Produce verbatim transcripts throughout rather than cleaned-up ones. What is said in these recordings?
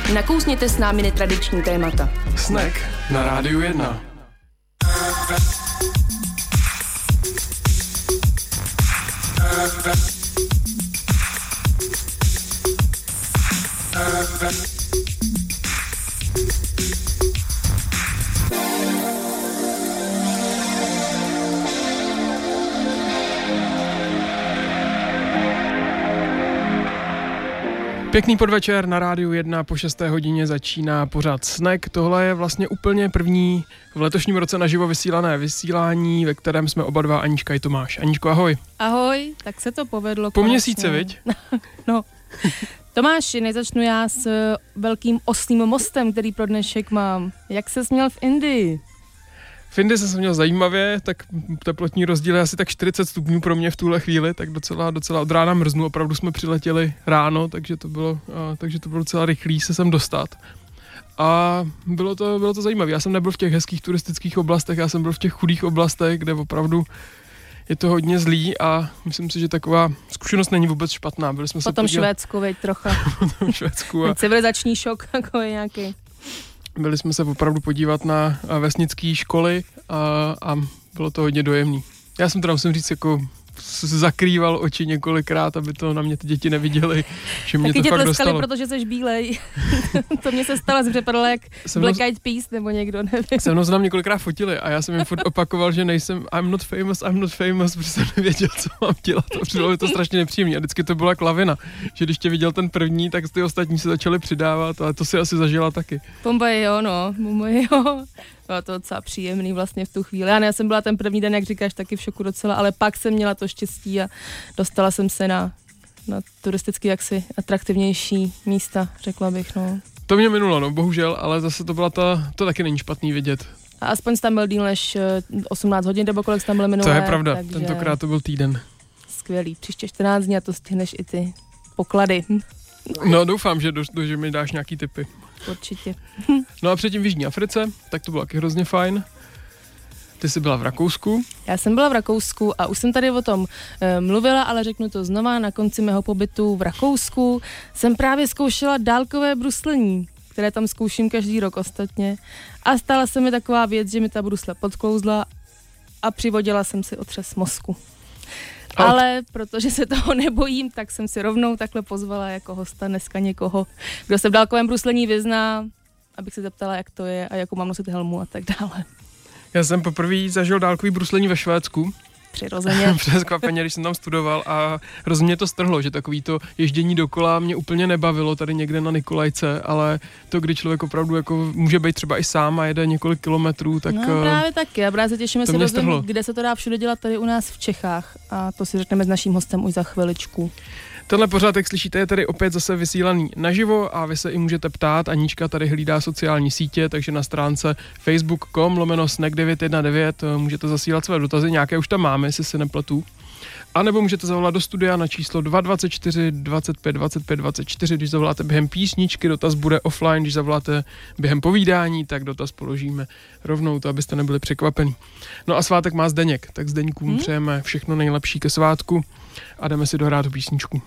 Nakousněte s námi netradiční témata. Snack na Rádiu jedna. Pěkný podvečer, na Rádiu jedna po šesté hodině začíná pořad Snack. Tohle je vlastně úplně první v letošním roce naživo vysílané vysílání, ve kterém jsme oba dva, Anička i Tomáš. Aničko, ahoj. Ahoj, tak se to povedlo. Po měsíci, viď? No. Tomáši, nezačnu já s velkým oslým mostem, který pro dnešek mám. Jak ses měl v Indii? V Indii jsem se měl zajímavě, tak teplotní rozdíl je asi tak čtyřicet stupňů pro mě v tuhle chvíli, tak docela, docela od rána mrznu, opravdu jsme přiletěli ráno, takže to bylo, a, takže to bylo docela rychlý se sem dostat. A bylo to, bylo to zajímavé. Já jsem nebyl v těch hezkých turistických oblastech, já jsem byl v těch chudých oblastech, kde opravdu je to hodně zlý a myslím si, že taková zkušenost není vůbec špatná. Byli jsme Potom se podívat... Švédsku, veď trocha. Potom Švédsku. A... Civilizační šok, jako je nějaký. Byli jsme se opravdu podívat na vesnické školy a, a bylo to hodně dojemný. Já jsem teda, musím říct, jako zakrýval oči několikrát, aby to na mě ty děti neviděly, že mě taky to fakt dostalo. Taky tě tleskali, protože jsi bílej. To mě se stalo, že vypadalo jak Black Eyed Peas nebo někdo, nevím. Se mnou se nám několikrát fotili a já jsem jim furt opakoval, že nejsem I'm not famous, I'm not famous, protože jsem nevěděl, co mám dělat. A bylo to strašně nepříjemné. A vždycky to byla klavina, že když tě viděl ten první, tak ty ostatní se začali přidávat, ale to si asi zažila taky. Bombaj, jo, no, Bombaj, jo. Bylo to docela příjemný vlastně v tu chvíli. Já, ne, já jsem byla ten první den, jak říkáš, taky v šoku docela, ale pak jsem měla to štěstí a dostala jsem se na, na turisticky jaksi atraktivnější místa, řekla bych, no. To mě minulo, no, bohužel, ale zase to byla ta, to taky není špatný vidět. A aspoň jsi tam byl díl než osmnáct hodin, nebo kolik jsi tam byl minulé. To je pravda, takže... tentokrát to byl týden. Skvělý, příště čtrnáct dní a to stihneš i ty poklady. No doufám, že, do, do, že mi dáš nějaký tipy. Určitě. No a předtím v Jižní Africe, tak to bylo taky hrozně fajn. Ty jsi byla v Rakousku. Já jsem byla v Rakousku a už jsem tady o tom e, mluvila, ale řeknu to znova. Na konci mého pobytu v Rakousku jsem právě zkoušela dálkové bruslení, které tam zkouším každý rok ostatně. A stala se mi taková věc, že mi ta brusle podklouzla a přivodila jsem si otřes mozku. A ale protože se toho nebojím, tak jsem si rovnou takhle pozvala jako hosta dneska někoho, kdo se v dálkovém bruslení vyzná, abych se zeptala, jak to je a jakou mám nosit helmu a tak dále. Já jsem poprvé zažil dálkový bruslení ve Švédsku. Přirozeně. Přeskvapeně, když jsem tam studoval a hrozně mě to strhlo, že takový to ježdění dokola mě úplně nebavilo tady někde na Nikolajce, ale to, kdy člověk opravdu jako může být třeba i sám a jede několik kilometrů, tak... No právě taky, a právě se těšíme si rozhodnout, kde se to dá všude dělat tady u nás v Čechách a to si řekneme s naším hostem už za chviličku. Tenhle pořád, jak slyšíte, je tady opět zase vysílaný naživo a vy se i můžete ptát. Anička tady hlídá sociální sítě, takže na stránce facebook tečka com lomeno snack devět jedna devět můžete zasílat své dotazy, nějaké už tam máme, jestli se nepletu. A nebo můžete zavolat do studia na číslo dva dvacet čtyři dvacet pět dvacet pět dvacet čtyři, když zavoláte během písničky, dotaz bude offline, když zavoláte během povídání, tak dotaz položíme rovnou, to abyste nebyli překvapení. No a svátek má Zdeněk, tak Zdeňkům hmm? přejeme všechno nejlepší ke svátku a jdeme si dohrát tu písničku.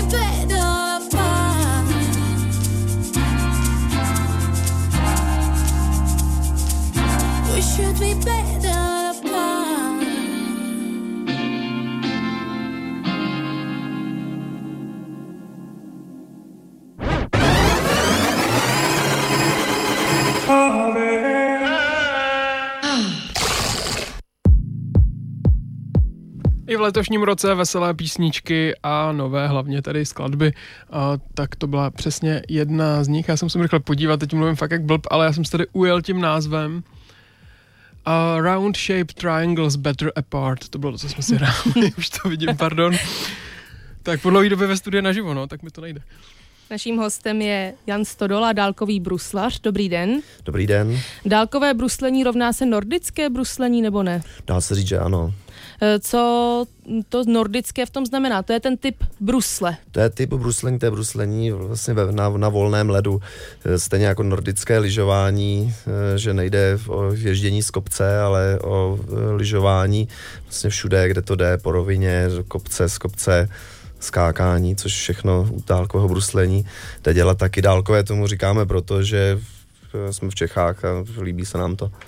I v letošním roce veselé písničky a nové, hlavně tady skladby, a tak to byla přesně jedna z nich. Já jsem se rychle podívat, teď mluvím fakt jak blb, ale já jsem se tady ujel tím názvem. A Round Shaped Triangles Better Apart, to bylo to, co jsme si hráli, už to vidím, pardon. Tak po dlouhé době ve studiu naživo, no, tak mi to nejde. Naším hostem je Jan Stodola, dálkový bruslař. Dobrý den. Dobrý den. Dálkové bruslení rovná se nordické bruslení, nebo ne? Dá se říct, že ano. Co to nordické v tom znamená? To je ten typ brusle. To je typ bruslení, to je bruslení vlastně na, na volném ledu. Stejně jako nordické lyžování, že nejde o ježdění z kopce, ale o lyžování vlastně všude, kde to jde, po rovině, kopce, z kopce, skákání, což všechno u dálkového bruslení jde dělat taky. Dálkové tomu říkáme, protože jsme v Čechách a líbí se nám to.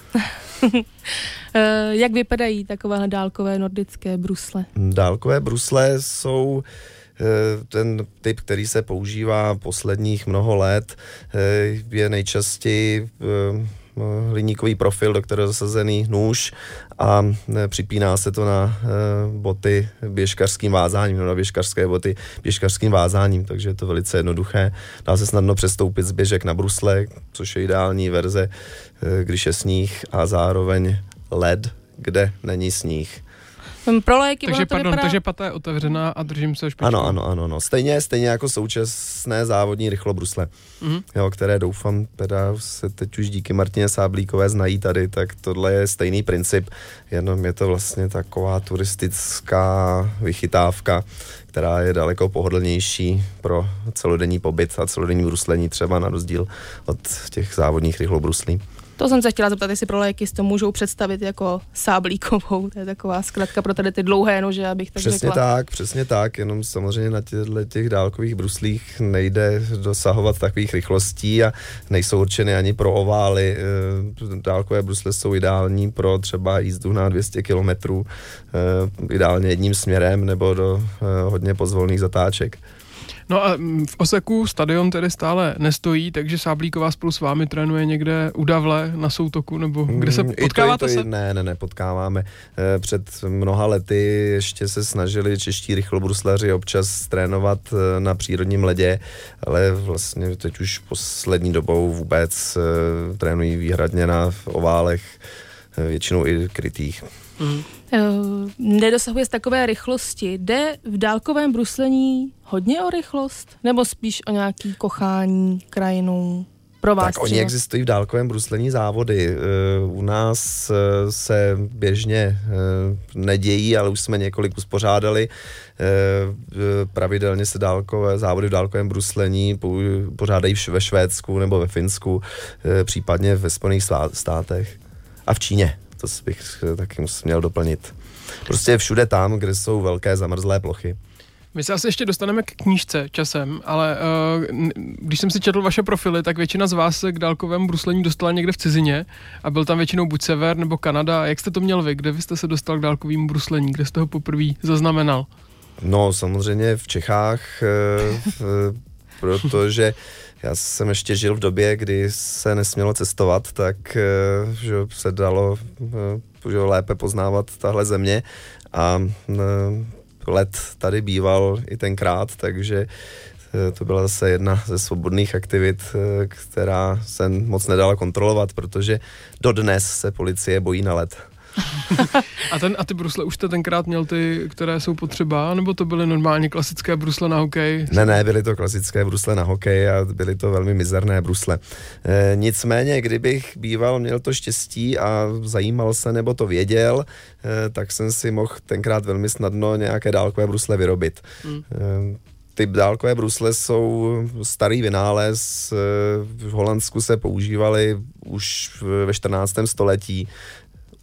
Jak vypadají takové dálkové nordické brusle? Dálkové brusle jsou ten typ, který se používá posledních mnoho let, je nejčastěji hliníkový profil, do kterého je zasazený nůž a připíná se to na boty běžkařským vázáním, no na běžkařské boty běžkařským vázáním, takže je to velice jednoduché. Dá se snadno přestoupit z běžek na brusle, což je ideální verze, když je sníh a zároveň led, kde není sníh. Pro léky, takže, to pardon, vypadá... takže pata je otevřená a držím se špičkou. Ano, ano, ano, no. Stejně, stejně jako současné závodní rychlobrusle, mm-hmm. jo, které doufám, teda se teď už díky Martině Sáblíkové znají tady, tak tohle je stejný princip, jenom je to vlastně taková turistická vychytávka, která je daleko pohodlnější pro celodenní pobyt a celodenní bruslení, třeba na rozdíl od těch závodních rychlobruslí. To jsem se chtěla zeptat, jestli pro lékisty to můžou představit jako sáblíkovou, to je taková zkratka pro tady ty dlouhé nože, abych tak přesně řekla. Tak, přesně tak, jenom samozřejmě na těchto těch dálkových bruslích nejde dosahovat takových rychlostí a nejsou určeny ani pro ovály. Dálkové brusle jsou ideální pro třeba jízdu na dvě stě kilometrů, ideálně jedním směrem nebo do hodně pozvolných zatáček. No a v Oseku stadion tedy stále nestojí, takže Sáblíková spolu s vámi trénuje někde u Davle na soutoku, nebo kde se potkáváte to, to, se? Ne, ne, ne, potkáváme. Před mnoha lety ještě se snažili čeští rychlobruslaři občas trénovat na přírodním ledě, ale vlastně teď už poslední dobou vůbec trénují výhradně na oválech, většinou i krytých. Mm. Nedosahuje z takové rychlosti. Jde v dálkovém bruslení hodně o rychlost? Nebo spíš o nějaký kochání krajinu? Pro vás tak oni existují v dálkovém bruslení závody. U nás se běžně nedějí, ale už jsme několik uspořádali. Pravidelně se dálkové závody v dálkovém bruslení pořádají ve Švédsku nebo ve Finsku, případně ve Spojených státech a v Číně. To bych taky měl doplnit. Prostě všude tam, kde jsou velké zamrzlé plochy. My se asi ještě dostaneme k knížce časem, ale uh, když jsem si četl vaše profily, tak většina z vás se k dálkovému bruslení dostala někde v cizině a byl tam většinou buď sever nebo Kanada. Jak jste to měl vy? Kde vy jste se dostal k dálkovému bruslení? Kde jste ho poprvé zaznamenal? No samozřejmě v Čechách, protože já jsem ještě žil v době, kdy se nesmělo cestovat, tak že se dalo že lépe poznávat tahle země a let tady býval i tenkrát, takže to byla zase jedna ze svobodných aktivit, která se moc nedala kontrolovat, protože dodnes se policie bojí na led. a, ten, a ty brusle už jste tenkrát měl ty, které jsou potřeba, nebo to byly normálně klasické brusle na hokej? Ne, ne, byly to klasické brusle na hokej a byly to velmi mizerné brusle. E, nicméně, kdybych býval měl to štěstí a zajímal se nebo to věděl, e, tak jsem si mohl tenkrát velmi snadno nějaké dálkové brusle vyrobit. Hmm. E, Ty dálkové brusle jsou starý vynález, v Holandsku se používaly už ve čtrnáctém století.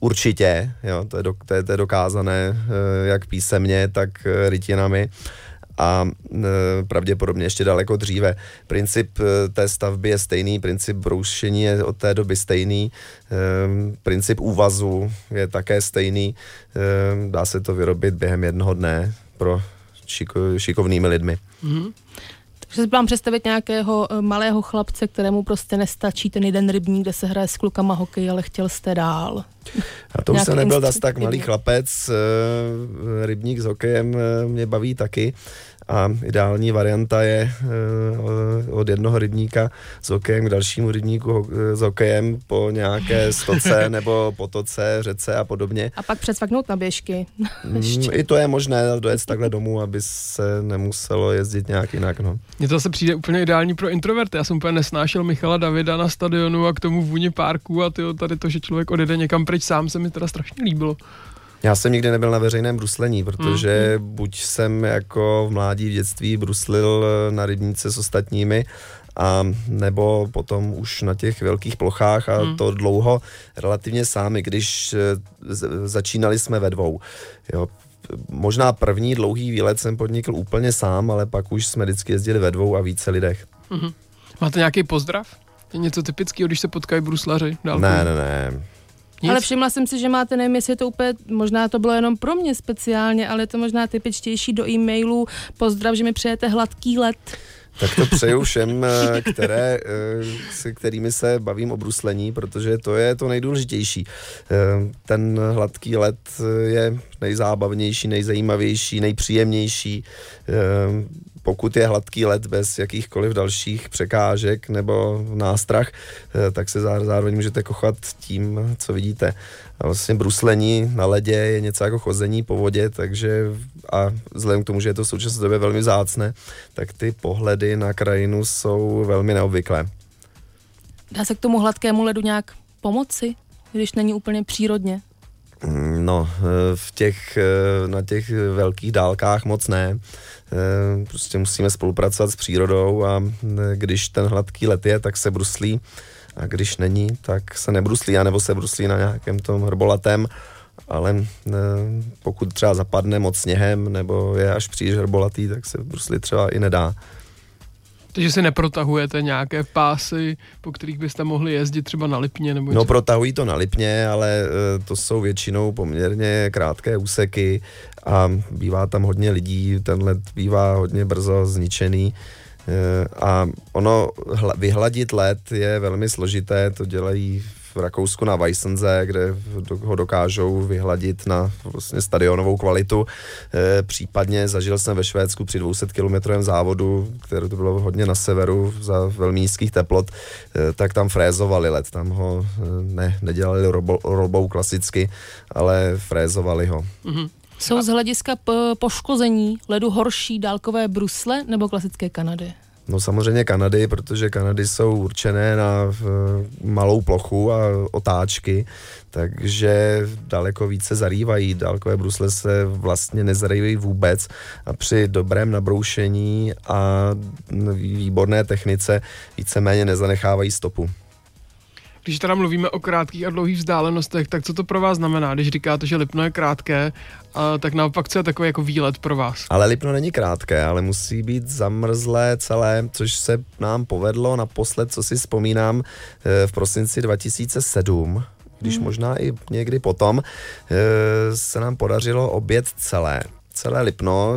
Určitě, jo, to, je do, to, je, to je dokázané jak písemně, tak rytinami. a pravděpodobně ještě daleko dříve. Princip té stavby je stejný, princip broušení je od té doby stejný, princip úvazu je také stejný, dá se to vyrobit během jednoho dne pro šiko, šikovnými lidmi. Mm-hmm. Takže si mám představit nějakého malého chlapce, kterému prostě nestačí ten jeden rybník, kde se hraje s klukama hokej, ale chtěl jste dál. A to už jsem nebyl zas tak malý chlapec, rybník s hokejem mě baví taky. A ideální varianta je od jednoho rybníka s hokejem k dalšímu rybníku s hokejem po nějaké stoce nebo potoce, řece a podobně. A pak přesvaknout na běžky. I to je možné, dojet takhle domů, aby se nemuselo jezdit nějak jinak. No. Mně to zase přijde úplně ideální pro introverty. Já jsem úplně nesnášel Michala Davida na stadionu a k tomu vůni parku a tyjo, tady to, že člověk odjede někam pryč sám, se mi teda strašně líbilo. Já jsem nikdy nebyl na veřejném bruslení, protože mm. buď jsem jako v mládí v dětství bruslil na rybníce s ostatními, a nebo potom už na těch velkých plochách a mm. to dlouho relativně sami, když začínali jsme ve dvou. Jo. Možná první dlouhý výlet jsem podnikl úplně sám, ale pak už jsme vždycky jezdili ve dvou a více lidech. Mm. Máte nějaký pozdrav? Je něco typického, když se potkají bruslaři? Dálku? Ne, ne, ne. Nic? Ale všimla jsem si, že máte, nevím, jestli je to úplně, možná to bylo jenom pro mě speciálně, ale je to možná typičtější do e-mailu. Pozdrav, že mi přejete hladký let. Tak to přeju všem, které, s kterými se bavím o bruslení, protože to je to nejdůležitější. Ten hladký let je nejzábavnější, nejzajímavější, nejpříjemnější. Pokud je hladký let bez jakýchkoliv dalších překážek nebo nástrah, tak se zároveň můžete kochat tím, co vidíte. A vlastně bruslení na ledě je něco jako chození po vodě, takže a vzhledem k tomu, že je to v současné době velmi vzácné, tak ty pohledy na krajinu jsou velmi neobvyklé. Dá se k tomu hladkému ledu nějak pomoci, když není úplně přírodně? No, v těch, na těch velkých dálkách moc ne. Prostě musíme spolupracovat s přírodou a když ten hladký led je, tak se bruslí a když není, tak se nebruslí, anebo se bruslí na nějakém tom hrbolatem, ale pokud třeba zapadne moc sněhem nebo je až příliš hrbolatý, tak se bruslit třeba i nedá. Takže si neprotahujete nějaké pásy, po kterých byste mohli jezdit třeba na Lipně? Nebo no, protahují to na Lipně, ale to jsou většinou poměrně krátké úseky a bývá tam hodně lidí, ten led bývá hodně brzo zničený a ono vyhladit led je velmi složité, to dělají v Rakousku na Weissense, kde ho dokážou vyhladit na vlastně stadionovou kvalitu. E, případně zažil jsem ve Švédsku při dvě stě kilometrovém závodu, které to bylo hodně na severu za velmi nízkých teplot, e, tak tam frézovali led. Tam ho ne, nedělali robou, robou klasicky, ale frézovali ho. Mm-hmm. Jsou z hlediska p- poškození ledu horší dálkové brusle nebo klasické Kanady? No samozřejmě Kanady, protože Kanady jsou určené na malou plochu a otáčky, takže daleko více zarývají. Dálkové brusle se vlastně nezarývají vůbec a při dobrém nabroušení a výborné technice víceméně nezanechávají stopu. Když teda mluvíme o krátkých a dlouhých vzdálenostech, tak co to pro vás znamená, když říkáte, že Lipno je krátké, a tak naopak co je takový jako výlet pro vás? Ale Lipno není krátké, ale musí být zamrzlé celé, což se nám povedlo naposled, co si vzpomínám, v prosinci dva tisíce sedm, když hmm. možná i někdy potom, se nám podařilo objet celé. Celé Lipno,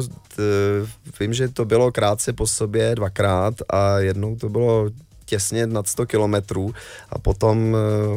vím, že to bylo krátce po sobě dvakrát a jednou to bylo těsně nad sto kilometrů a potom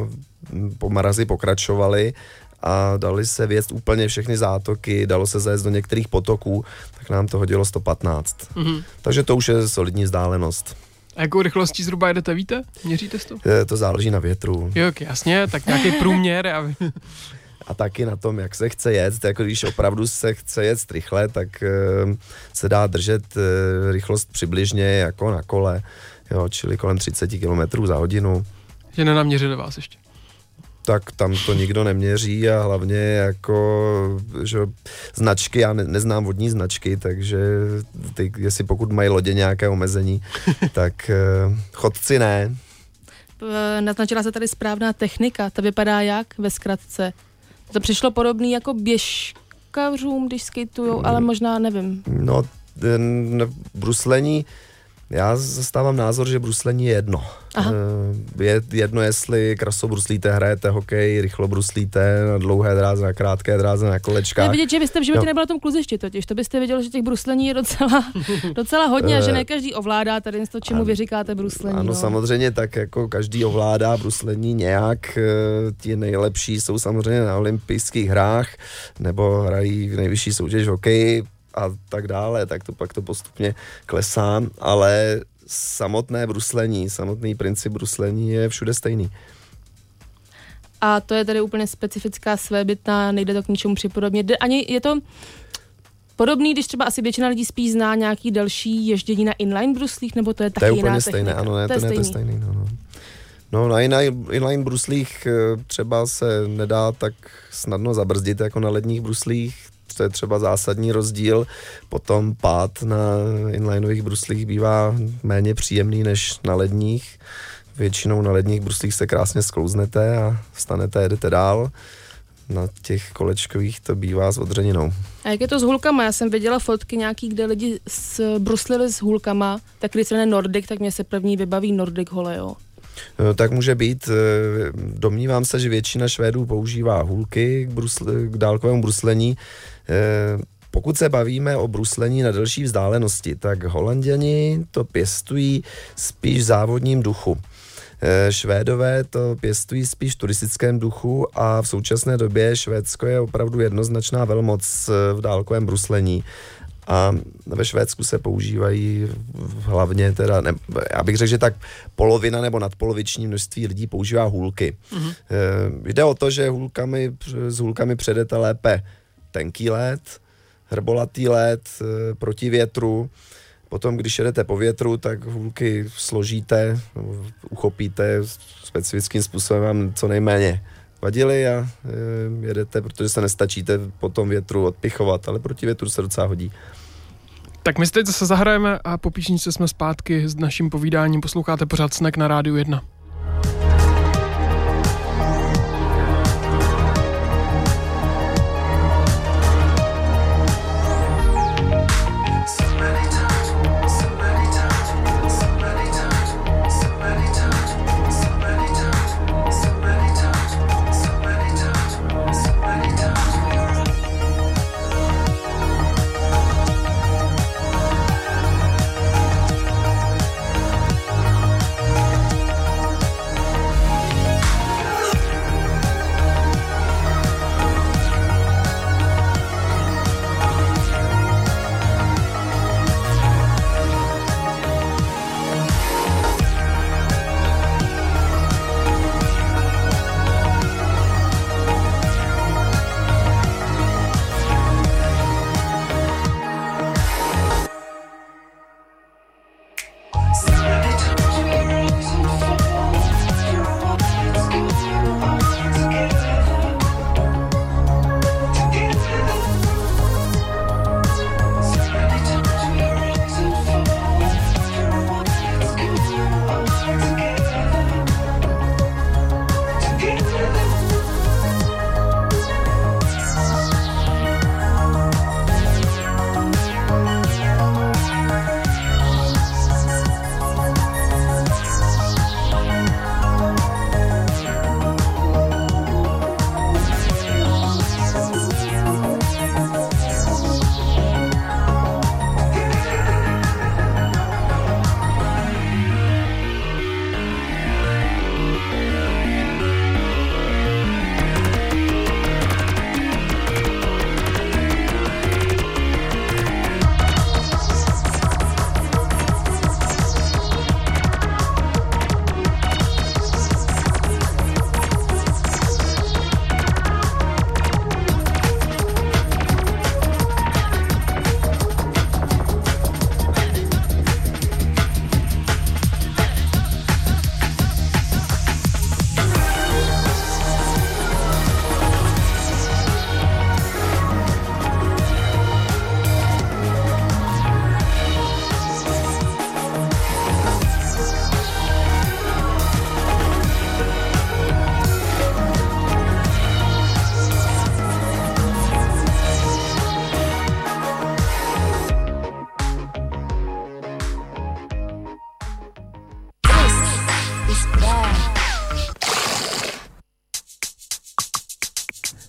po mrazi pokračovali a dali se vjezd úplně všechny zátoky, dalo se zajet do některých potoků, tak nám to hodilo sto patnáct. Mm-hmm. Takže to už je solidní vzdálenost. A jakou rychlostí zhruba jedete, víte? Měříte to? To záleží na větru. Jo, jasně, tak nějaký průměr. A... a taky na tom, jak se chce jet. Jako když opravdu se chce jet rychle, tak uh, se dá držet uh, rychlost přibližně jako na kole. Jo, čili kolem třicet kilometrů za hodinu. Že nenaměřili vás ještě? Tak tam to nikdo neměří a hlavně jako, že značky, já ne, neznám vodní značky, takže ty, jestli pokud mají lodě nějaké omezení, tak uh, chodci ne. Naznačila se tady správná technika, ta vypadá jak ve zkratce? To přišlo podobný jako běžkařům, když skatujou, ale možná nevím. No, bruslení, já zastávám názor, že bruslení je jedno. Aha. Je jedno, jestli krasobruslíte, hrajete hokej, rychlo bruslíte na dlouhé dráze, na krátké dráze, na kolečkách. Je vidět, že vy jste v životě no. nebyl na tom kluzišti totiž, to byste věděl, že těch bruslení je docela, docela hodně a že ne každý ovládá tady to, čemu vy říkáte bruslení. Ano, no. samozřejmě, tak jako každý ovládá bruslení nějak, ti nejlepší jsou samozřejmě na olympijských hrách, nebo hrají v nejvyšší soutěž hokej, a tak dále, tak to pak to postupně klesá, ale samotné bruslení, samotný princip bruslení je všude stejný. A to je tedy úplně specifická, svébytná, nejde to k ničemu připodobnit. Ani je to podobný, když třeba asi většina lidí spíš zná nějaký další ježdění na inline bruslích, nebo to je taky jiná technika? To je úplně stejné, ano, ne, to, to, je, to je stejný. No, no. no na inline bruslích třeba se nedá tak snadno zabrzdit jako na ledních bruslích, to je třeba zásadní rozdíl. Potom pád na inlineových bruslích bývá méně příjemný než na ledních. Většinou na ledních bruslích se krásně sklouznete a vstanete, jedete dál. Na těch kolečkových to bývá s odřeninou. A jak je to s hůlkama? Já jsem viděla fotky nějaký, kde lidi s, bruslili s hůlkama, tak když se ne Nordic, tak mě se první vybaví Nordic hole, jo. Tak může být. Domnívám se, že většina Švédů používá hůlky k, brusle, k dálkovému bruslení. Pokud se bavíme o bruslení na delší vzdálenosti, tak Holanděni to pěstují spíš v závodním duchu. Švédové to pěstují spíš v turistickém duchu a v současné době Švédsko je opravdu jednoznačná velmoc v dálkovém bruslení. A ve Švédsku se používají hlavně teda, ne, já bych řekl, že tak polovina nebo nadpoloviční množství lidí používá hůlky. Mm-hmm. E, jde o to, že hůlkami, s hůlkami předete lépe tenký led, hrbolatý led e, proti větru. Potom, když jedete po větru, tak hůlky složíte, uchopíte specifickým způsobem, vám co nejméně vadili a e, jedete, protože se nestačíte po tom větru odpichovat, ale proti větru se docela hodí. Tak my si teď zase zahrajeme a po písničce jsme zpátky s naším povídáním. Posloucháte pořád Snack na Rádiu jedna.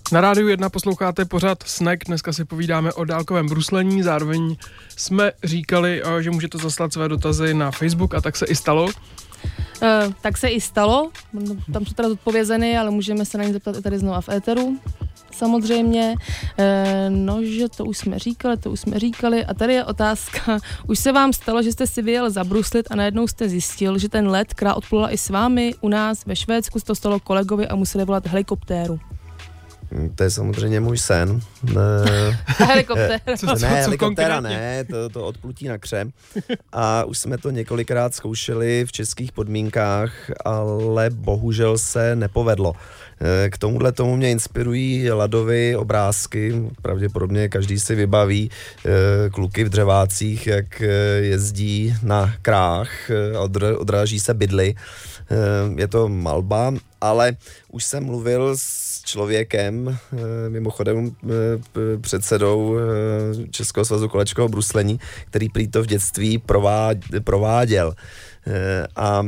Na Rádiu jedna posloucháte pořad Snack, dneska si povídáme o dálkovém bruslení, zároveň jsme říkali, že můžete zaslat své dotazy na Facebook a tak se i stalo. Uh, tak se i stalo, tam jsou teda odpovězeny, ale můžeme se na ně zeptat i tady znova v éteru. Samozřejmě, e, no, že to už jsme říkali, to už jsme říkali a tady je otázka, už se vám stalo, že jste si vyjel zabruslit a najednou jste zjistil, že ten let, která odplula i s vámi u nás ve Švédsku, se to stalo kolegovi a museli volat helikoptéru. To je samozřejmě můj sen. Ne, helikoptéra. ne helikoptéra ne, to, to odplutí na kře. A už jsme to několikrát zkoušeli v českých podmínkách, ale bohužel se nepovedlo. K tomuhle tomu mě inspirují Ladovy obrázky, pravděpodobně každý si vybaví kluky v dřevácích, jak jezdí na krách, odráží se bydly. Je to malba, ale už jsem mluvil s člověkem, mimochodem předsedou Českého svazu kolečkového bruslení, který prý to v dětství prováděl. A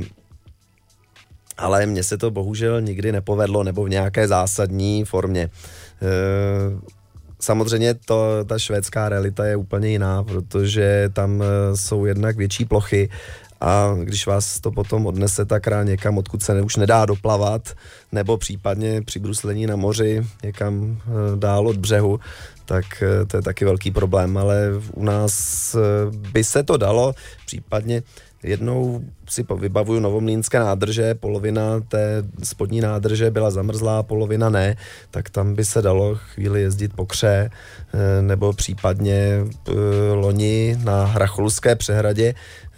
ale mně se to bohužel nikdy nepovedlo, nebo v nějaké zásadní formě. Samozřejmě to, ta švédská realita je úplně jiná, protože tam jsou jednak větší plochy a když vás to potom odnese takra někam, odkud se už nedá doplavat, nebo případně při bruslení na moři někam dál od břehu, tak to je taky velký problém, ale u nás by se to dalo, případně jednou si vybavuju Novomlýnské nádrže, polovina té spodní nádrže byla zamrzlá, polovina ne, tak tam by se dalo chvíli jezdit po kře, nebo případně loni na Hracholské přehradě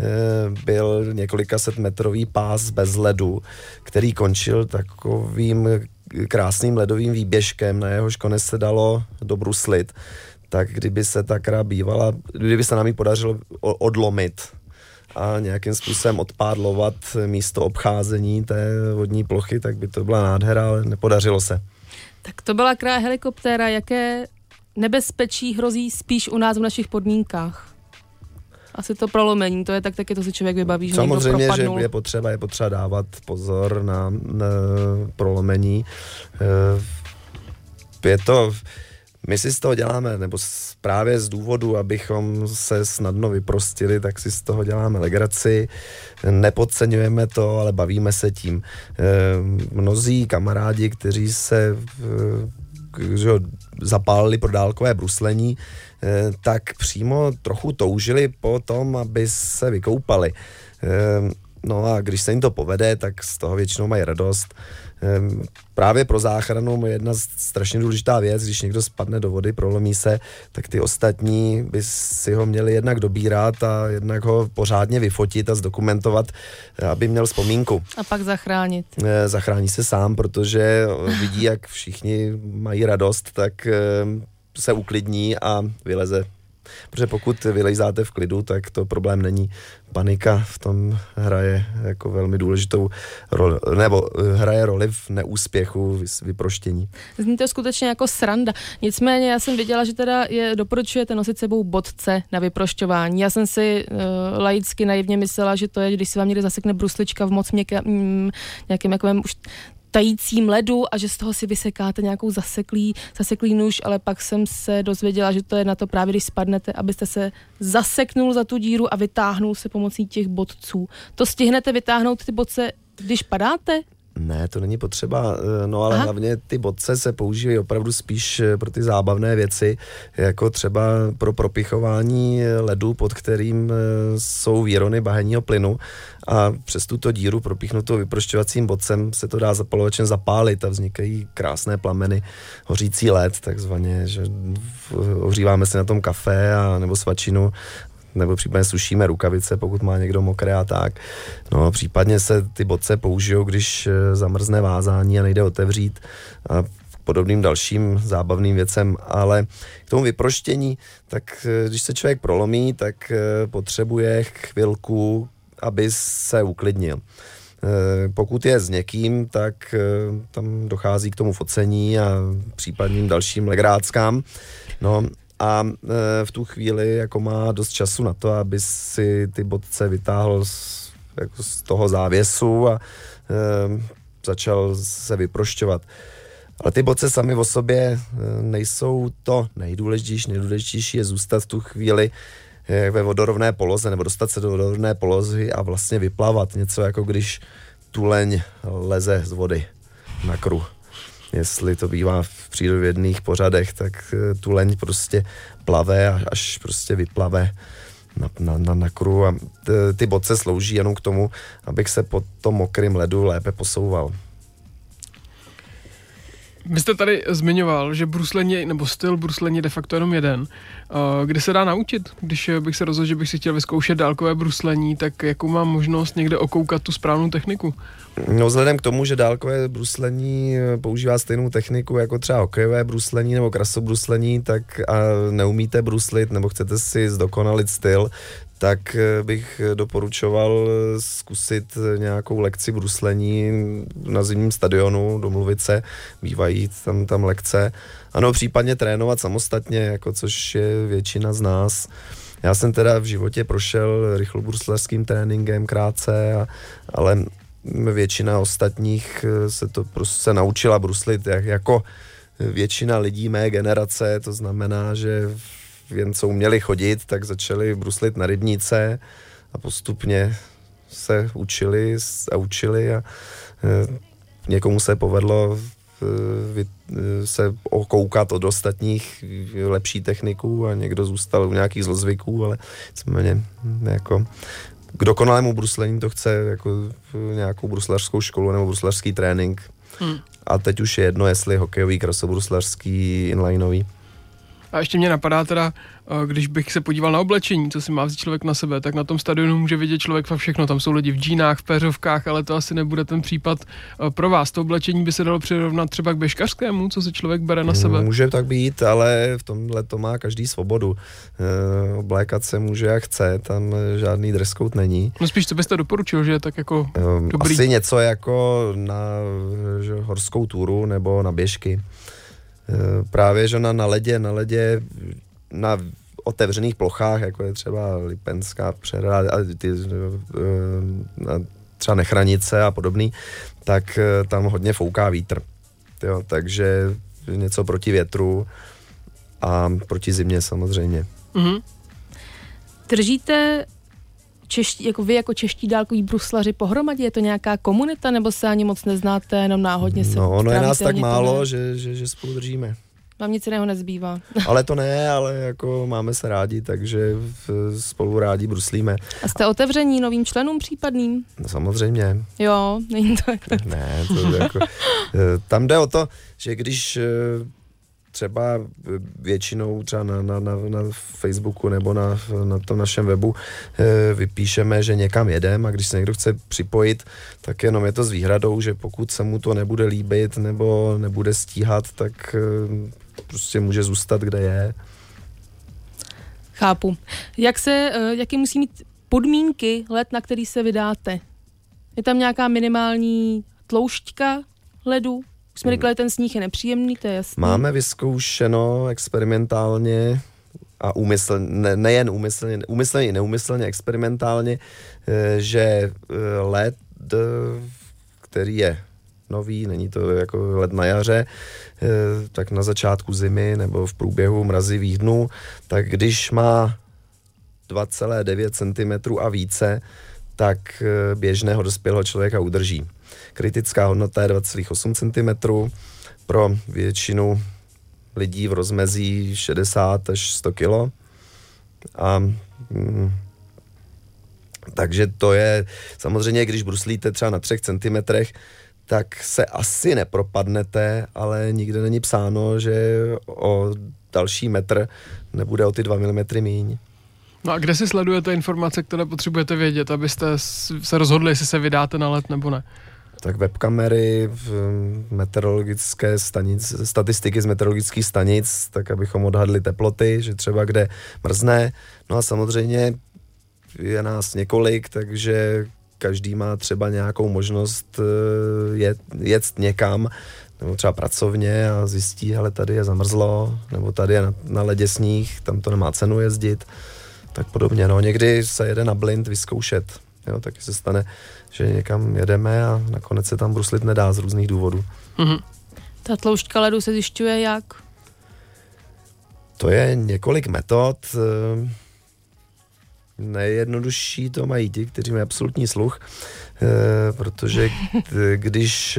byl několika set metrový pás bez ledu, který končil takovým krásným ledovým výběžkem, na jehož konec se dalo dobruslit. Tak kdyby se ta kra bývala, kdyby se nám ji podařilo odlomit a nějakým způsobem odpádlovat místo obcházení té vodní plochy, tak by to byla nádhera, ale nepodařilo se. Tak to byla krá helikoptéra. Jaké nebezpečí hrozí spíš u nás v našich podmínkách? Asi to prolomení, to je tak, taky to si člověk vybaví, že samozřejmě, že je potřeba, je potřeba dávat pozor na, na prolomení. Je to... My si z toho děláme, nebo právě z důvodu, abychom se snadno vyprostili, tak si z toho děláme legraci, nepodceňujeme to, ale bavíme se tím. Mnozí kamarádi, kteří se že zapálili pro dálkové bruslení, tak přímo trochu toužili po tom, aby se vykoupali. No a když se jim to povede, tak z toho většinou mají radost. Právě pro záchranu je jedna strašně důležitá věc, když někdo spadne do vody, prolomí se, tak ty ostatní by si ho měli jednak dobírat a jednak ho pořádně vyfotit a zdokumentovat, aby měl vzpomínku. A pak zachránit. Zachrání se sám, protože vidí, jak všichni mají radost, tak se uklidní a vyleze. Protože pokud vylejzáte v klidu, tak to problém není. Panika v tom hraje jako velmi důležitou roli, nebo hraje roli v neúspěchu, vyproštění. Zní to skutečně jako sranda. Nicméně já jsem viděla, že teda je doporučujete nosit sebou bodce na vyprošťování. Já jsem si uh, laicky naivně myslela, že to je, když si vám někde zasekne bruslička v moc měkkém, mm, nějakém takovém už tajícím ledu a že z toho si vysekáte nějakou zaseklý, zaseklý nůž, ale pak jsem se dozvěděla, že to je na to právě, když spadnete, abyste se zaseknul za tu díru a vytáhnul se pomocí těch bodců. To stihnete vytáhnout ty bodce, když padáte? Ne, to není potřeba, no ale Aha. hlavně ty bodce se používají opravdu spíš pro ty zábavné věci, jako třeba pro propichování ledu, pod kterým jsou výrony bahenního plynu a přes tuto díru propíchnutou vyprošťovacím bodcem se to dá zapalovačem zapálit a vznikají krásné plameny, hořící led, takzvaně, že ohříváme si na tom kafe a nebo svačinu, nebo případně sušíme rukavice, pokud má někdo mokré a tak. No, případně se ty bodce použijou, když zamrzne vázání a nejde otevřít a podobným dalším zábavným věcem, ale k tomu vyproštění, tak když se člověk prolomí, tak potřebuje chvilku, aby se uklidnil. Pokud je s někým, tak tam dochází k tomu focení a případným dalším legráckám. No, a v tu chvíli jako má dost času na to, aby si ty bodce vytáhl z, jako z toho závěsu a e, začal se vyprošťovat. Ale ty boce sami o sobě nejsou to nejdůležitější. Nejdůležitější je zůstat v tu chvíli ve vodorovné poloze, nebo dostat se do vodorovné polozy a vlastně vyplavat. Něco jako když tuleň leze z vody na kruh. Jestli to bývá v přírodovědných pořadech, tak tuleň prostě plave, až prostě vyplave na, na, na, na kruh. A ty boce slouží jenom k tomu, abych se po tom mokrém ledu lépe posouval. Vy jste tady zmiňoval, že bruslení, nebo styl bruslení je de facto jenom jeden. Kde se dá naučit? Když bych se rozhodl, že bych si chtěl vyzkoušet dálkové bruslení, tak jakou mám možnost někde okoukat tu správnou techniku? No vzhledem k tomu, že dálkové bruslení používá stejnou techniku jako třeba hokejové bruslení nebo krasobruslení, tak a neumíte bruslit nebo chcete si zdokonalit styl, tak bych doporučoval zkusit nějakou lekci bruslení na zimním stadionu, domluvit se, bývají tam, tam lekce, ano, případně trénovat samostatně, jako což je většina z nás. Já jsem teda v životě prošel rychlobruslařským tréninkem krátce, a, ale většina ostatních se to prostě se naučila bruslit jak, jako většina lidí mé generace, to znamená, že jen co uměli chodit, tak začali bruslit na rybníce a postupně se učili a učili a někomu se povedlo se okoukat od ostatních lepší techniku a někdo zůstal u nějakých zlozvyků, ale nicméně jako k dokonalému bruslení to chce jako nějakou bruslařskou školu nebo bruslařský trénink. Hmm. A teď už je jedno, jestli hokejový, krasobruslařský, inlineový. A ještě mě napadá teda, když bych se podíval na oblečení, co si má vzít člověk na sebe, tak na tom stadionu může vidět člověk za všechno. Tam jsou lidi v džínách, v péřovkách, ale to asi nebude ten případ pro vás. To oblečení by se dalo přirovnat třeba k běžkařskému, co si člověk bere na sebe? Může tak být, ale v tomhle to má každý svobodu. E, oblékat se může jak chce, tam žádný dress code není. No spíš, co byste doporučil, že je tak jako e, dobrý? Asi něco jako na že, horskou túru nebo na běžky. Právě, že na, na ledě, na ledě, na otevřených plochách, jako je třeba Lipenská přehrada, ty, třeba Nechranice a podobný, tak tam hodně fouká vítr. Jo, takže něco proti větru a proti zimě samozřejmě. Mm-hmm. Držíte čeští, jako vy jako čeští dálkoví bruslaři pohromadě? Je to nějaká komunita, nebo se ani moc neznáte, jenom náhodně se No, ono je nás tak málo, ne... že, že, že spolu držíme. Vám nic jiného nezbývá. Ale to ne, ale jako máme se rádi, takže spolu rádi bruslíme. A jste otevření novým členům případným? No, samozřejmě. Jo, není to jako... Ne, to jako... Tam jde o to, že když třeba většinou třeba na, na, na, na Facebooku nebo na, na tom našem webu vypíšeme, že někam jedem a když se někdo chce připojit, tak jenom je to s výhradou, že pokud se mu to nebude líbit nebo nebude stíhat, tak prostě může zůstat, kde je. Chápu. Jak se, jaké musí mít podmínky let, na který se vydáte? Je tam nějaká minimální tloušťka ledu? Už jsme říkali, ten sníh je nepříjemný, to je jasný. Máme vyzkoušeno experimentálně a úmyslně, ne, nejen úmyslně, úmyslně i neúmyslně experimentálně, že led, který je nový, není to jako led na jaře, tak na začátku zimy nebo v průběhu mrazivých dnů, tak když má dva celé devět centimetrů a více, tak běžného dospělého člověka udrží. Kritická hodnota je dva celé osm centimetrů, pro většinu lidí v rozmezí šedesát až sto kilo. A, mm, takže to je, samozřejmě, když bruslíte třeba na třech centimetrech, tak se asi nepropadnete, ale nikde není psáno, že o další metr nebude o ty dva milimetry míň. No a kde si sledujete informace, které potřebujete vědět, abyste se rozhodli, jestli se vydáte na let nebo ne? Tak webkamery, meteorologické stanice, statistiky z meteorologických stanic, tak abychom odhadli teploty, že třeba kde mrzne. No a samozřejmě je nás několik, takže každý má třeba nějakou možnost jet, jet někam, nebo třeba pracovně a zjistí, hele, tady je zamrzlo, nebo tady je na, na ledě sníh, tam to nemá cenu jezdit, tak podobně. No, někdy se jede na blind vyzkoušet. Jo, taky se stane, že někam jedeme a nakonec se tam bruslit nedá z různých důvodů. Mm-hmm. Ta tloušťka ledu se zjišťuje jak? To je několik metod. Nejjednodušší to mají ti, kteří mají absolutní sluch, protože když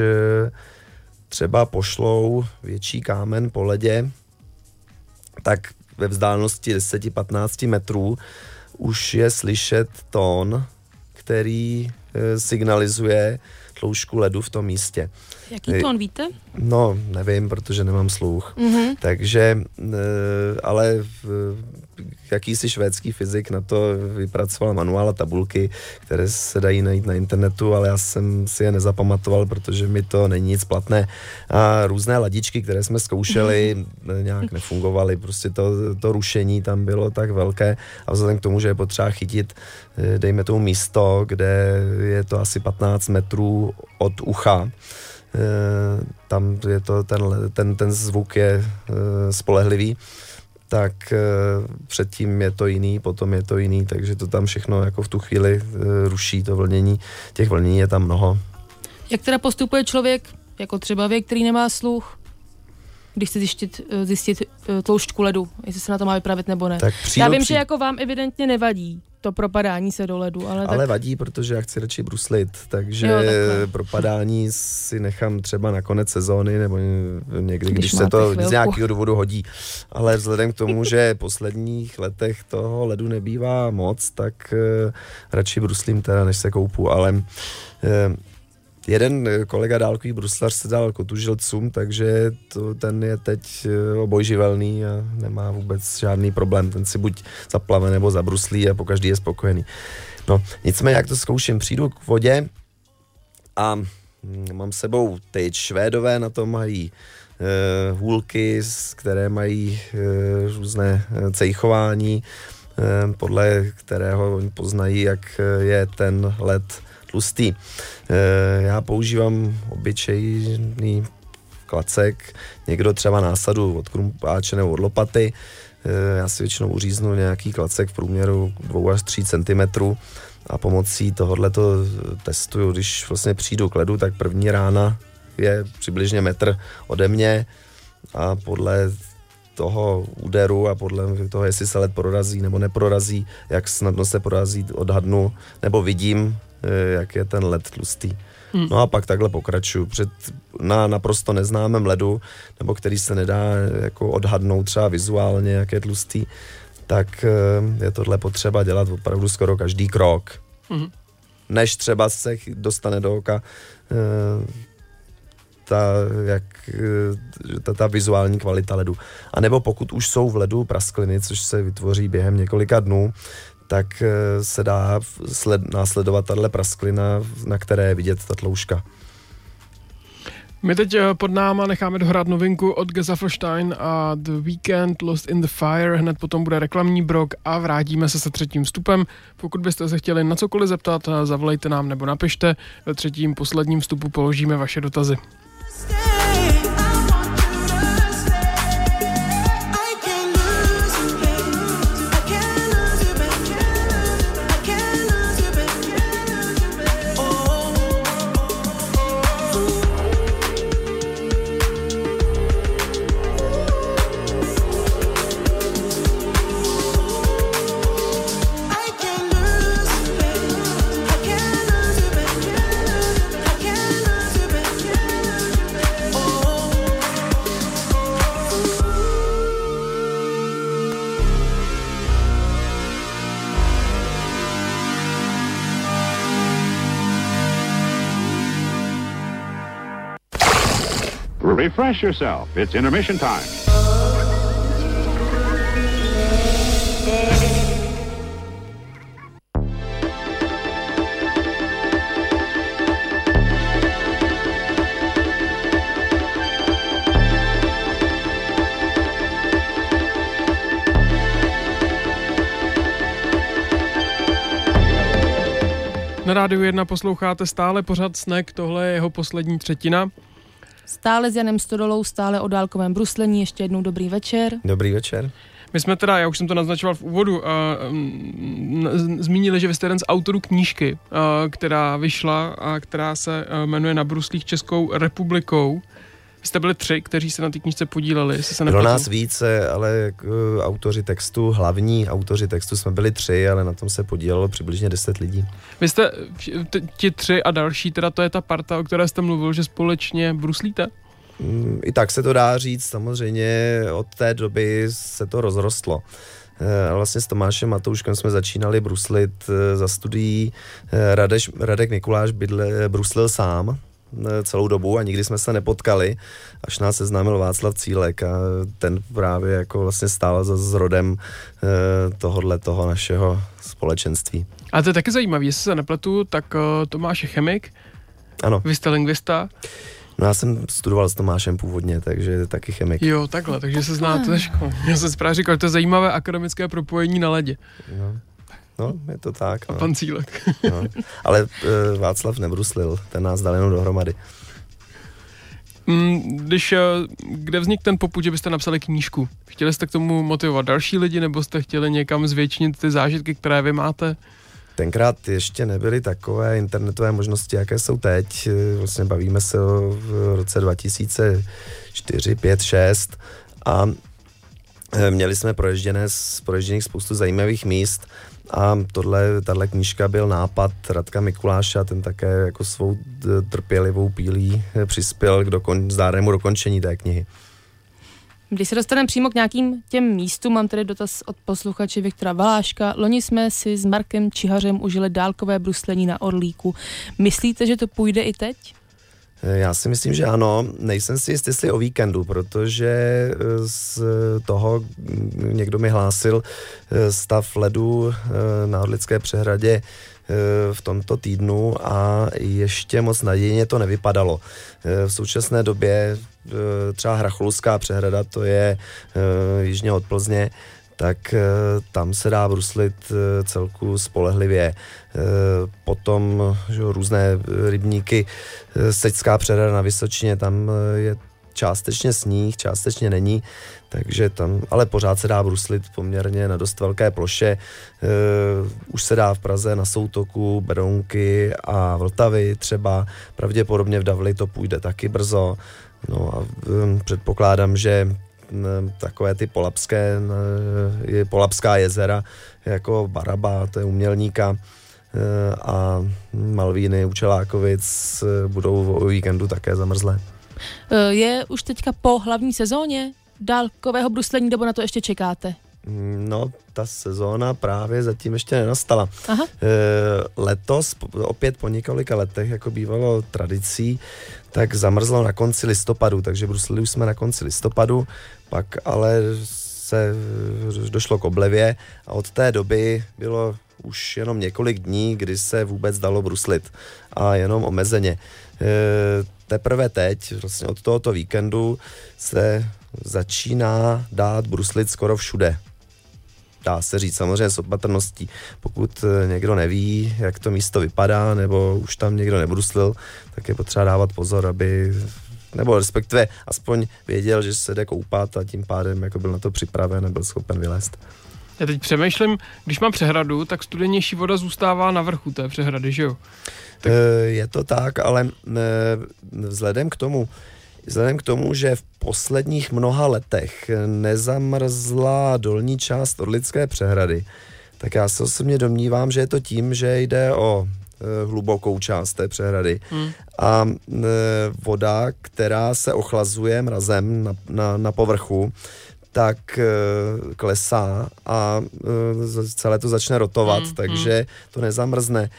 třeba pošlou větší kámen po ledě, tak ve vzdálenosti deset až patnáct metrů už je slyšet tón, který signalizuje tloušku ledu v tom místě. Jaký tón víte? No, nevím, protože nemám sluch. Mm-hmm. Takže, ale jakýsi švédský fyzik na to vypracoval manuál a tabulky, které se dají najít na internetu, ale já jsem si je nezapamatoval, protože mi to není nic platné. A různé ladičky, které jsme zkoušeli, mm-hmm. nějak nefungovaly. Prostě to, to rušení tam bylo tak velké a vzhledem k tomu, že je potřeba chytit, dejme tomu místo, kde je to asi patnáct metrů od ucha, tam je to, ten, ten, ten zvuk je spolehlivý, tak předtím je to jiný, potom je to jiný, takže to tam všechno jako v tu chvíli ruší to vlnění. Těch vlnění je tam mnoho. Jak teda postupuje člověk, jako třeba vy, který nemá sluch, když chce zjistit, zjistit tloušťku ledu, jestli se na to má vypravit nebo ne? Tak já vím, při... že jako vám evidentně nevadí to propadání se do ledu, ale, ale tak... vadí, protože já chci radši bruslit, takže jo, propadání si nechám třeba na konec sezóny nebo někdy, když, když se to chvilku. z nějakého důvodu hodí. Ale vzhledem k tomu, že v posledních letech toho ledu nebývá moc, tak uh, radši bruslím teda, než se koupu, ale uh, jeden kolega dálkový bruslař se dal kotužilcům, takže to, ten je teď obojživelný a nemá vůbec žádný problém. Ten si buď zaplave nebo zabruslí a pokaždý je spokojený. No, nicméně, jak to zkouším, přijdu k vodě a mám s sebou teď Švédové, na to mají e, hůlky, které mají e, různé cejchování, e, podle kterého oni poznají, jak je ten led tlustý. Já používám obyčejný klacek, někdo třeba násadu od krumpáče nebo od lopaty. Já si většinou uříznu nějaký klacek v průměru dva až tři centimetry a pomocí tohoto testuju. Když vlastně přijdu k ledu, tak první rána je přibližně metr ode mě a podle toho úderu a podle toho, jestli se led prorazí nebo neprorazí, jak snadno se prorazí, odhadnu nebo vidím, jak je ten led tlustý. Hmm. No a pak takhle pokračuju. Před, na naprosto neznámém ledu, nebo který se nedá jako odhadnout třeba vizuálně, jak je tlustý, tak je tohle potřeba dělat opravdu skoro každý krok. Hmm. Než třeba se dostane do oka ta, jak, ta, ta vizuální kvalita ledu. A nebo pokud už jsou v ledu praskliny, což se vytvoří během několika dnů, tak se dá sled, následovat tato prasklina, na které je vidět ta tloušťka. My teď pod náma necháme dohrát novinku od Gesaffelstein a The Weeknd, Lost in the Fire, hned potom bude reklamní brok a vrátíme se se třetím vstupem. Pokud byste se chtěli na cokoliv zeptat, zavolejte nám nebo napište. Ve třetím posledním vstupu položíme vaše dotazy. Refresh yourself. It's intermission time. Na Rádiu jedna posloucháte stále pořad Snack, tohle je jeho poslední třetina. Stále s Janem Stodolou, stále o dálkovém bruslení, ještě jednou dobrý večer. Dobrý večer. My jsme teda, já už jsem to naznačoval v úvodu, a, m, zmínili, že vy jste jeden z autorů knížky, a, která vyšla a která se a, jmenuje Na bruslích Českou republikou. Vy jste byli tři, kteří se na té knížce podíleli, jestli se nepletu. nepletu. Pro nás více, ale uh, autoři textu, hlavní autoři textu jsme byli tři, ale na tom se podílelo přibližně deset lidí. Vy jste, t- ti tři a další, teda to je ta parta, o které jste mluvil, že společně bruslíte? Um, I tak se to dá říct, samozřejmě od té doby se to rozrostlo. Uh, vlastně s Tomášem Matouškem jsme začínali bruslit uh, za studií. Uh, Radeš, Radek Mikuláš bydle, bruslil sám celou dobu a nikdy jsme se nepotkali, až nás seznámil Václav Cílek a ten právě jako vlastně stál za zrodem eh, tohodle toho našeho společenství. A to je taky zajímavé, jestli se nepletu, tak uh, Tomáš je chemik, ano. Vy jste lingvista. No já jsem studoval s Tomášem původně, takže taky chemik. Jo, takhle, takže se znáte ze školy. Já jsem si právě říkal, že to je zajímavé akademické propojení na ledě. No. No, je to tak. A no. pan Cílek. No. Ale uh, Václav nebruslil, ten nás dal jenom dohromady. Když, kde vznikl ten popud, že byste napsali knížku? Chtěli jste k tomu motivovat další lidi, nebo jste chtěli někam zvětšinit ty zážitky, které vy máte? Tenkrát ještě nebyly takové internetové možnosti, jaké jsou teď. Vlastně bavíme se o v roce dva tisíce čtyři, pět, šest a měli jsme proježděné, proježděných spoustu zajímavých míst a tohle, tahle knížka byl nápad Radka Mikuláše a ten také jako svou trpělivou pílí přispěl k dokon, zdárnému dokončení té knihy. Když se dostaneme přímo k nějakým těm místům, mám tady dotaz od posluchače Viktora Valáška. Loni jsme si s Markem Čihařem užili dálkové bruslení na Orlíku. Myslíte, že to půjde i teď? Já si myslím, že ano. Nejsem si jist, jestli o víkendu, protože z toho někdo mi hlásil stav ledu na Orlické přehradě v tomto týdnu a ještě moc nadějně to nevypadalo. V současné době třeba Hracholská přehrada, to je jižně od Plzně, tak tam se dá bruslit celku spolehlivě. Potom že, různé rybníky, Sečská přehrada na Vysočině, tam je částečně sníh, částečně není, takže tam, ale pořád se dá bruslit poměrně na dost velké ploše. Uh, už se dá v Praze na Soutoku, Berounky a Vltavy třeba, pravděpodobně v Davli to půjde taky brzo. No a um, předpokládám, že um, takové ty polabské, um, polabská jezera, jako Baraba, to je umělníka, uh, a Malvíny u Čelákovic uh, budou o víkendu také zamrzlé. Je už teďka po hlavní sezóně dálkového bruslení, nebo na to ještě čekáte? No, ta sezóna právě zatím ještě nenastala. Aha. E, letos, opět po několika letech, jako bývalo tradicí, tak zamrzlo na konci listopadu, takže bruslili už jsme na konci listopadu, pak ale se došlo k oblevě a od té doby bylo už jenom několik dní, kdy se vůbec dalo bruslit a jenom omezeně. E, teprve teď, vlastně od tohoto víkendu, se začíná dát bruslit skoro všude. Dá se říct, samozřejmě s opatrností. Pokud někdo neví, jak to místo vypadá, nebo už tam někdo nebruslil, tak je potřeba dávat pozor, aby, nebo respektive aspoň věděl, že se jde koupat a tím pádem jako byl na to připraven a byl schopen vylézt. Já teď přemýšlím, když mám přehradu, tak studenější voda zůstává na vrchu té přehrady, že jo? Tak... Je to tak, ale vzhledem k tomu, vzhledem k tomu, že v posledních mnoha letech nezamrzla dolní část Orlické přehrady, tak já se osobně domnívám, že je to tím, že jde o hlubokou část té přehrady hmm. a voda, která se ochlazuje mrazem na, na, na povrchu, tak e, klesá a e, celé to začne rotovat, mm, takže mm. to nezamrzne. E,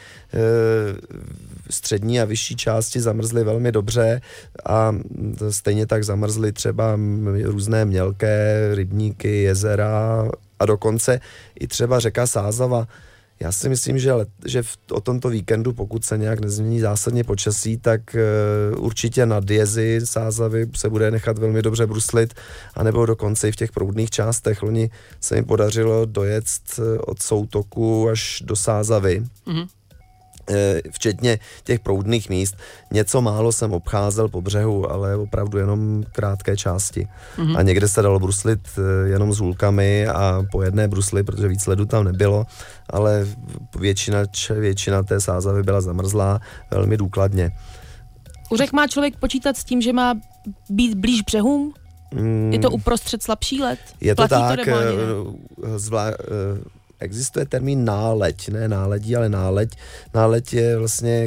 střední a vyšší části zamrzly velmi dobře a stejně tak zamrzly třeba různé mělké rybníky, jezera a dokonce i třeba řeka Sázava. Já si myslím, že, let, že v, o tomto víkendu, pokud se nějak nezmění zásadně počasí, tak uh, určitě nad jezy Sázavy se bude nechat velmi dobře bruslit, anebo dokonce i v těch proudných částech. Loni se mi podařilo dojet od Soutoku až do Sázavy. Mm-hmm. Včetně těch proudných míst. Něco málo jsem obcházel po břehu, ale opravdu jenom krátké části. Mm-hmm. A někde se dalo bruslit jenom s hůlkami a po jedné brusli, protože víc ledu tam nebylo, ale většina, většina té Sázavy byla zamrzlá velmi důkladně. U řek má člověk počítat s tím, že má být blíž břehům? Mm, je to uprostřed slabší let? Je to Platí tak, to zvlá, existuje termín náleď, ne náledí, ale náleď. Náleď je vlastně,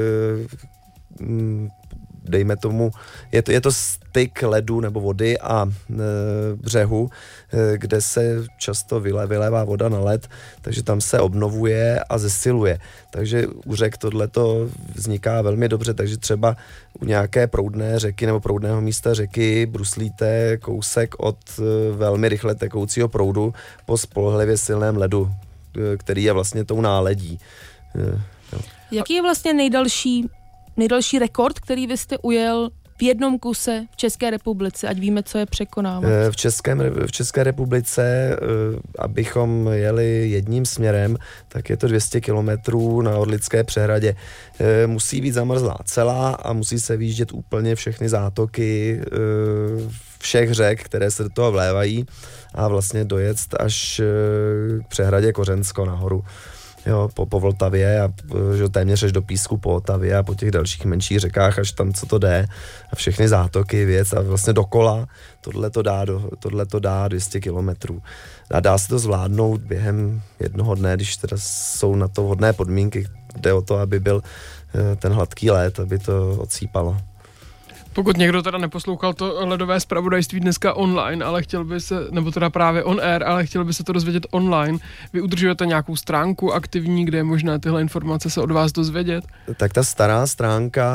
dejme tomu, je to, je to styk ledu nebo vody a e, břehu, e, kde se často vyle, vylévá voda na led, takže tam se obnovuje a zesiluje. Takže u řek tohleto vzniká velmi dobře, takže třeba u nějaké proudné řeky nebo proudného místa řeky bruslíte kousek od e, velmi rychle tekoucího proudu po spolehlivě silném ledu, e, který je vlastně tou náledí. E, Jaký je vlastně nejdelší Nejdelší rekord, který vy jste ujel v jednom kuse v České republice, ať víme, co je překonávat? V, Českém, v České republice, abychom jeli jedním směrem, tak je to dvě stě kilometrů na Orlické přehradě. Musí být zamrzlá celá a musí se výjíždět úplně všechny zátoky všech řek, které se do toho vlévají a vlastně dojet až k přehradě Kořensko nahoru. Jo, po, po Vltavě a že téměř až do Písku po Otavě a po těch dalších menších řekách, až tam, co to jde a všechny zátoky, věc a vlastně dokola tohle to dá, do, tohle to dá dvě stě kilometrů. A dá se to zvládnout během jednoho dne, když teda jsou na to vhodné podmínky, jde o to, aby byl ten hladký led, aby to odsýpalo. Pokud někdo teda neposlouchal to ledové zpravodajství dneska online, ale chtěl by se, nebo teda právě on air, ale chtěl by se to dozvědět online, vy udržujete nějakou stránku aktivní, kde je možné tyhle informace se od vás dozvědět? Tak ta stará stránka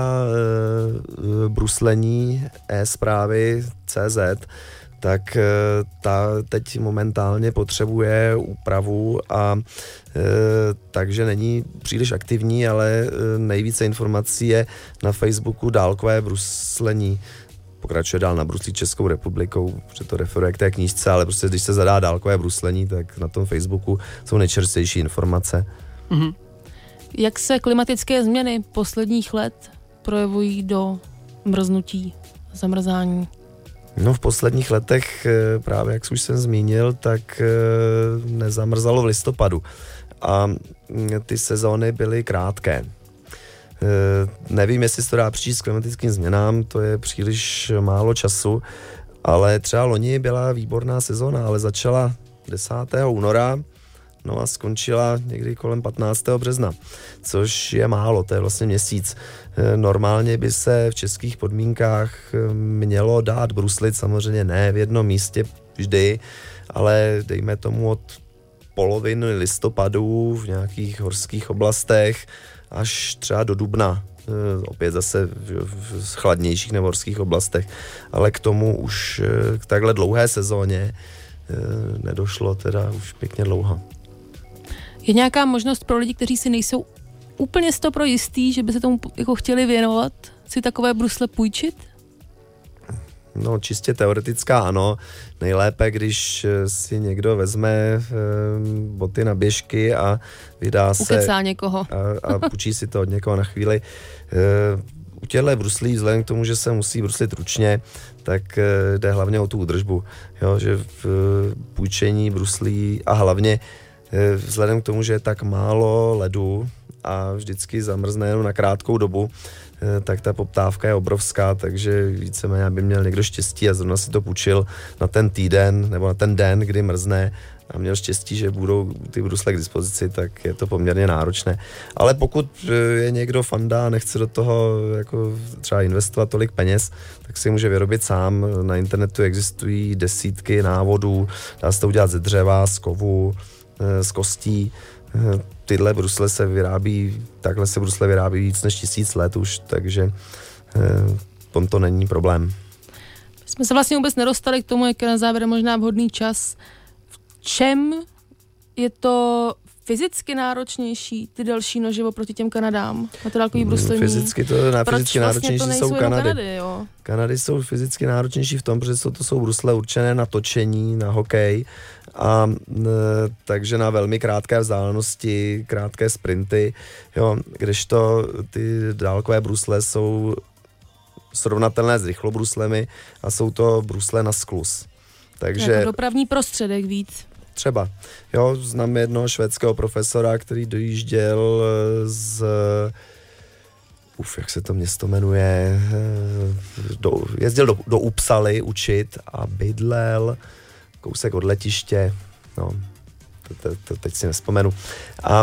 e, bruslení e-zprávy tečka cé zet, tak ta teď momentálně potřebuje úpravu a e, takže není příliš aktivní, ale nejvíce informací je na Facebooku Dálkové bruslení. Pokračuje dál na bruslí Českou republikou, protože to referuje k té knížce, ale prostě když se zadá Dálkové bruslení, tak na tom Facebooku jsou nejčerstvější informace. Mhm. Jak se klimatické změny posledních let projevují do mrznutí, zamrzání? No v posledních letech, právě jak už jsem zmínil, tak nezamrzalo v listopadu a ty sezóny byly krátké. Nevím, jestli se to dá přičíst klimatickým změnám, to je příliš málo času, ale třeba loni byla výborná sezóna, ale začala desátého února, no a skončila někdy kolem patnáctého března, což je málo, to je vlastně měsíc. Normálně by se v českých podmínkách mělo dát bruslit, samozřejmě ne v jednom místě vždy, ale dejme tomu od poloviny listopadu v nějakých horských oblastech až třeba do dubna, opět zase v chladnějších nebo horských oblastech, ale k tomu už k takhle dlouhé sezóně nedošlo teda už pěkně dlouho. Je nějaká možnost pro lidi, kteří si nejsou úplně stopro jistý, že by se tomu jako chtěli věnovat, si takové brusle půjčit? No čistě teoretická ano. Nejlépe, když si někdo vezme e, boty na běžky a vydá se... Ukecá někoho. A, a půjčí si to od někoho na chvíli. E, u těchto bruslí, vzhledem k tomu, že se musí bruslit ručně, tak e, jde hlavně o tu údržbu. Jo, že v e, půjčení bruslí a hlavně e, vzhledem k tomu, že je tak málo ledu a vždycky zamrzne jenom na krátkou dobu, tak ta poptávka je obrovská, takže víceméně, aby měl někdo štěstí a zrovna si to půjčil na ten týden nebo na ten den, kdy mrzne a měl štěstí, že budou ty brusle k dispozici, tak je to poměrně náročné. Ale pokud je někdo fanda a nechce do toho jako třeba investovat tolik peněz, tak si může vyrobit sám. Na internetu existují desítky návodů, dá se to udělat ze dřeva, z kovu, z kostí. Tyhle brusle se vyrábí, takhle se brusle vyrábí víc než tisíc let už, takže eh, to není problém. Jsme se vlastně vůbec nedostali k tomu, jak je na závěr možná vhodný čas. V čem je to fyzicky náročnější, ty další nože oproti těm Kanadám? Na to dálkový bruslení? Fyzicky to na Proč fyzicky vlastně náročnější jsou Kanady. Kanady, jo? Kanady jsou fyzicky náročnější v tom, protože to, to jsou brusle určené na točení, na hokej, a e, takže na velmi krátké vzdálenosti, krátké sprinty, jo, kdežto ty dálkové brusle jsou srovnatelné s rychlobruslemi a jsou to brusle na skluz. Takže jako dopravní prostředek víc. Třeba. Jo, znám jednoho švédského profesora, který dojížděl z uf, jak se to město jmenuje, do, jezdil do, do Uppsaly učit a bydlel kousek od letiště, no, to, to, to teď si nespomenu. A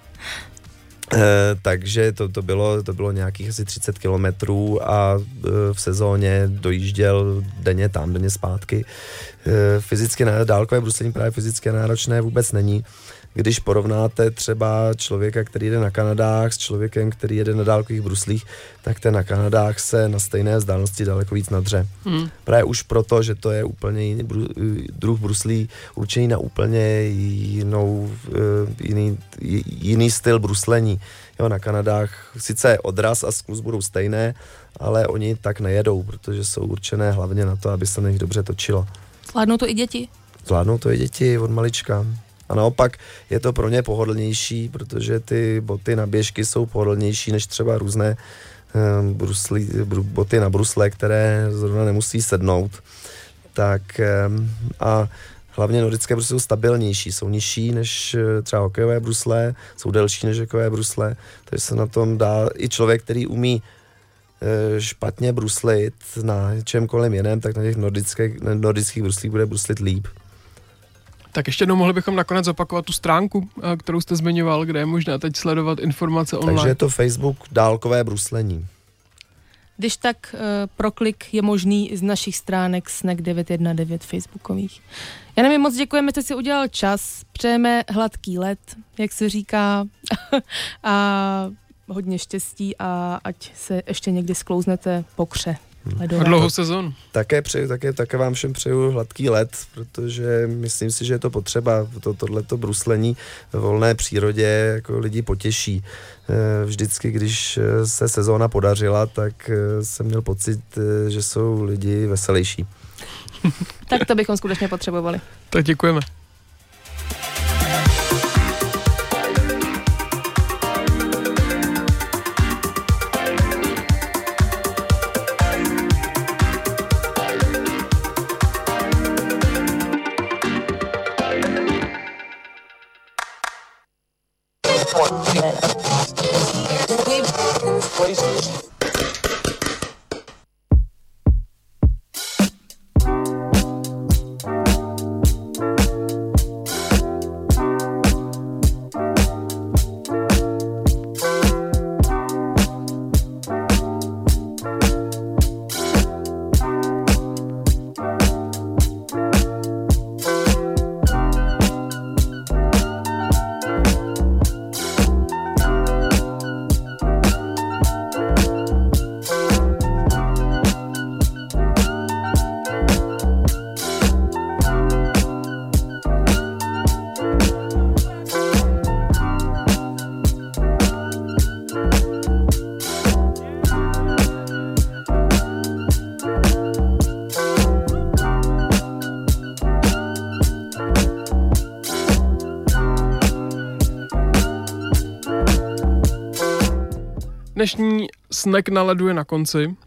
e, takže to, to, bylo, to bylo nějakých asi třicet kilometrů a e, v sezóně dojížděl denně tam, denně zpátky. E, fyzicky, dálkové bruslení právě fyzicky náročné vůbec není. Když porovnáte třeba člověka, který jede na Kanadách s člověkem, který jede na dálkových bruslích, tak ten na Kanadách se na stejné vzdálenosti daleko víc nadře. Mm. Právě už proto, že to je úplně jiný bru, druh bruslí, určený na úplně jinou, jiný, jiný styl bruslení. Jo, na Kanadách sice odraz a skluz budou stejné, ale oni tak nejedou, protože jsou určené hlavně na to, aby se na nich dobře točilo. Zvládnou to i děti? Zvládnou to i děti od malička. A naopak je to pro ně pohodlnější, protože ty boty na běžky jsou pohodlnější než třeba různé um, bruslí, br- boty na brusle, které zrovna nemusí sednout. Tak um, a hlavně nordické brusle jsou stabilnější, jsou nižší než třeba hokejové brusle, jsou delší než hokejové brusle, takže se na tom dá i člověk, který umí uh, špatně bruslit na čemkoliv jiném, tak na těch nordických, nordických bruslích bude bruslit líp. Tak ještě jednou mohli bychom nakonec zopakovat tu stránku, kterou jste zmiňoval, kde je možné teď sledovat informace online. Takže je to Facebook dálkové bruslení. Když tak pro klik je možný z našich stránek Snack devět jedna devět facebookových. Já nevím, moc děkujeme, že jste si udělal čas, přejeme hladký let, jak se říká, a hodně štěstí a ať se ještě někdy sklouznete po kře. A dlouhou sezónu. Také, přeju, také, také vám všem přeju hladký let, protože myslím si, že je to potřeba, to, tohleto bruslení ve volné přírodě jako lidi potěší. Vždycky, když se sezóna podařila, tak jsem měl pocit, že jsou lidi veselější. Tak to bychom skutečně potřebovali. Tak děkujeme. Dnešní snack na ledu je na konci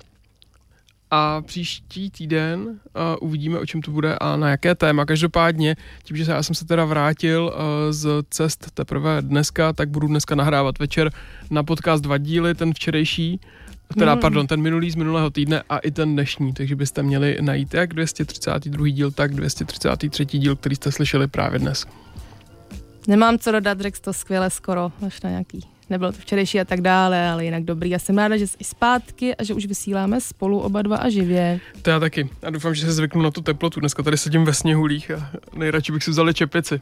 a příští týden uh, uvidíme, o čem to bude a na jaké téma. Každopádně, tím, že já jsem se teda vrátil uh, z cest teprve dneska, tak budu dneska nahrávat večer na podcast dva díly, ten včerejší, teda mm. pardon, ten minulý z minulého týdne a i ten dnešní, takže byste měli najít jak dvě stě třicátý druhý díl, tak dvě stě třicátý třetí díl, který jste slyšeli právě dnes. Nemám co dodat, řekl to skvěle skoro, až na nějaký. Nebylo to včerejší a tak dále, ale jinak dobrý. Já jsem ráda, že jsi zpátky a že už vysíláme spolu oba dva a živě. To já taky. A doufám, že se zvyknu na tu teplotu. Dneska tady sedím ve sněhulích a nejradši bych si vzali čepici.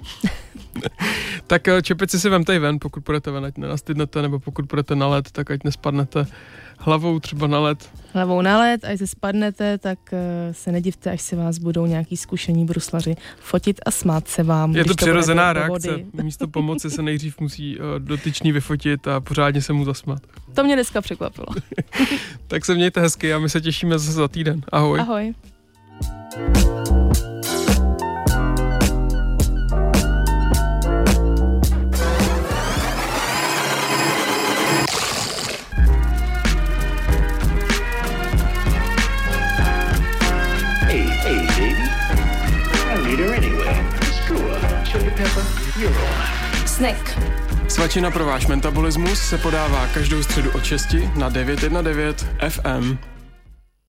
Tak čepici si vemte i ven, pokud půjdete ven, ať nenastydnete, nebo pokud půjdete na led, tak ať nespadnete hlavou třeba na led. Hlavou na led, až se spadnete, tak uh, se nedivte, až se vás budou nějaký zkušení bruslaři fotit a smát se vám. Je to přirozená reakce. Místo pomoci se nejdřív musí uh, dotyčný vyfotit a pořádně se mu zasmát. To mě dneska překvapilo. Tak se mějte hezky a my se těšíme zase za týden. Ahoj. Ahoj. Snack. Svačina pro váš metabolismus se podává každou středu od šesti na devět jedna devět F M.